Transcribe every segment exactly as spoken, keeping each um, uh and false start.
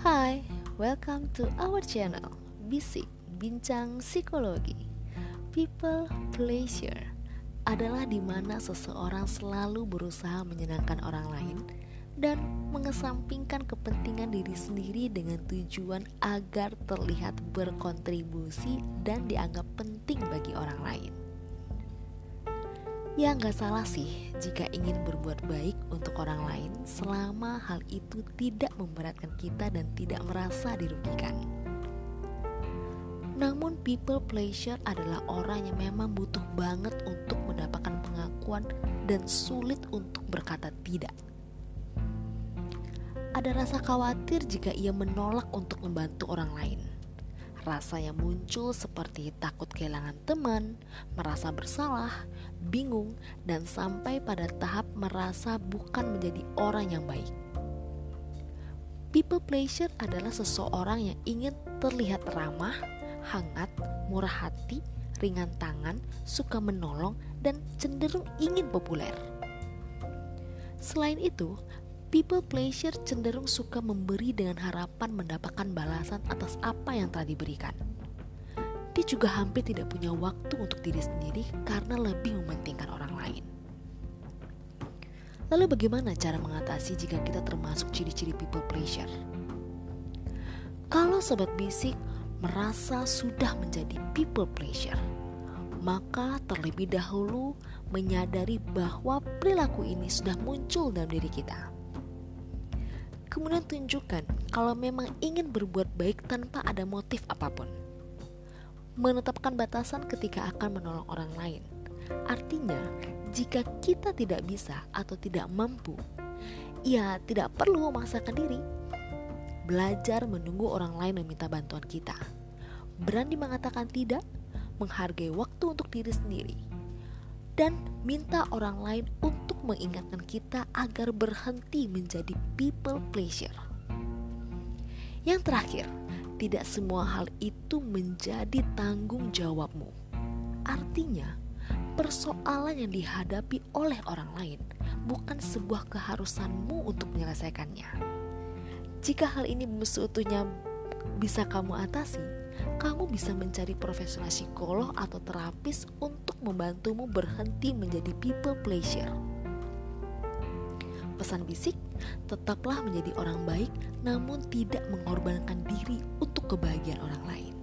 Hai, welcome to our channel Bisik Bincang Psikologi. People pleasure adalah di mana seseorang selalu berusaha menyenangkan orang lain dan mengesampingkan kepentingan diri sendiri dengan tujuan agar terlihat berkontribusi dan dianggap penting bagi orang lain. Ya nggak salah sih jika ingin berbuat baik untuk orang lain selama hal itu tidak memberatkan kita dan tidak merasa dirugikan. Namun people pleasure adalah orang yang memang butuh banget untuk mendapatkan pengakuan dan sulit untuk berkata tidak. Ada rasa khawatir jika ia menolak untuk membantu orang lain. Rasa yang muncul seperti takut kehilangan teman, merasa bersalah, bingung, dan sampai pada tahap merasa bukan menjadi orang yang baik. People pleasure adalah seseorang yang ingin terlihat ramah, hangat, murah hati, ringan tangan, suka menolong, dan cenderung ingin populer. Selain itu, people pleasure cenderung suka memberi dengan harapan mendapatkan balasan atas apa yang telah diberikan. Dia juga hampir tidak punya waktu untuk diri sendiri karena lebih mementingkan orang lain. Lalu bagaimana cara mengatasi jika kita termasuk ciri-ciri people pleasure? Kalau Sobat Bisik merasa sudah menjadi people pleasure, maka terlebih dahulu menyadari bahwa perilaku ini sudah muncul dalam diri kita. Kemudian tunjukkan kalau memang ingin berbuat baik tanpa ada motif apapun. Menetapkan batasan ketika akan menolong orang lain. Artinya, jika kita tidak bisa atau tidak mampu, ya tidak perlu memaksakan diri. Belajar menunggu orang lain meminta bantuan kita. Berani mengatakan tidak, menghargai waktu untuk diri sendiri, dan minta orang lain untuk mengingatkan kita agar berhenti menjadi people pleasure. Yang terakhir, tidak semua hal itu menjadi tanggung jawabmu. Artinya, persoalan yang dihadapi oleh orang lain bukan sebuah keharusanmu untuk menyelesaikannya. Jika hal ini seutuhnya bisa kamu atasi, kamu bisa mencari profesional psikolog atau terapis untuk membantumu berhenti menjadi people pleasure. Pesan Bisik, tetaplah menjadi orang baik namun tidak mengorbankan diri untuk kebahagiaan orang lain.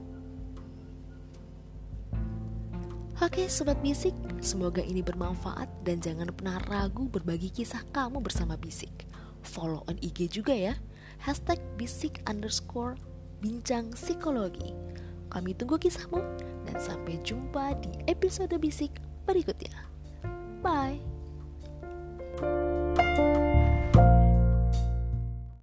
Oke Sobat Bisik, semoga ini bermanfaat dan jangan pernah ragu berbagi kisah kamu bersama Bisik. Follow on I G juga ya, hashtag bisik underscore bincang psikologi. Kami tunggu kisahmu dan sampai jumpa di episode Bisik berikutnya. Bye.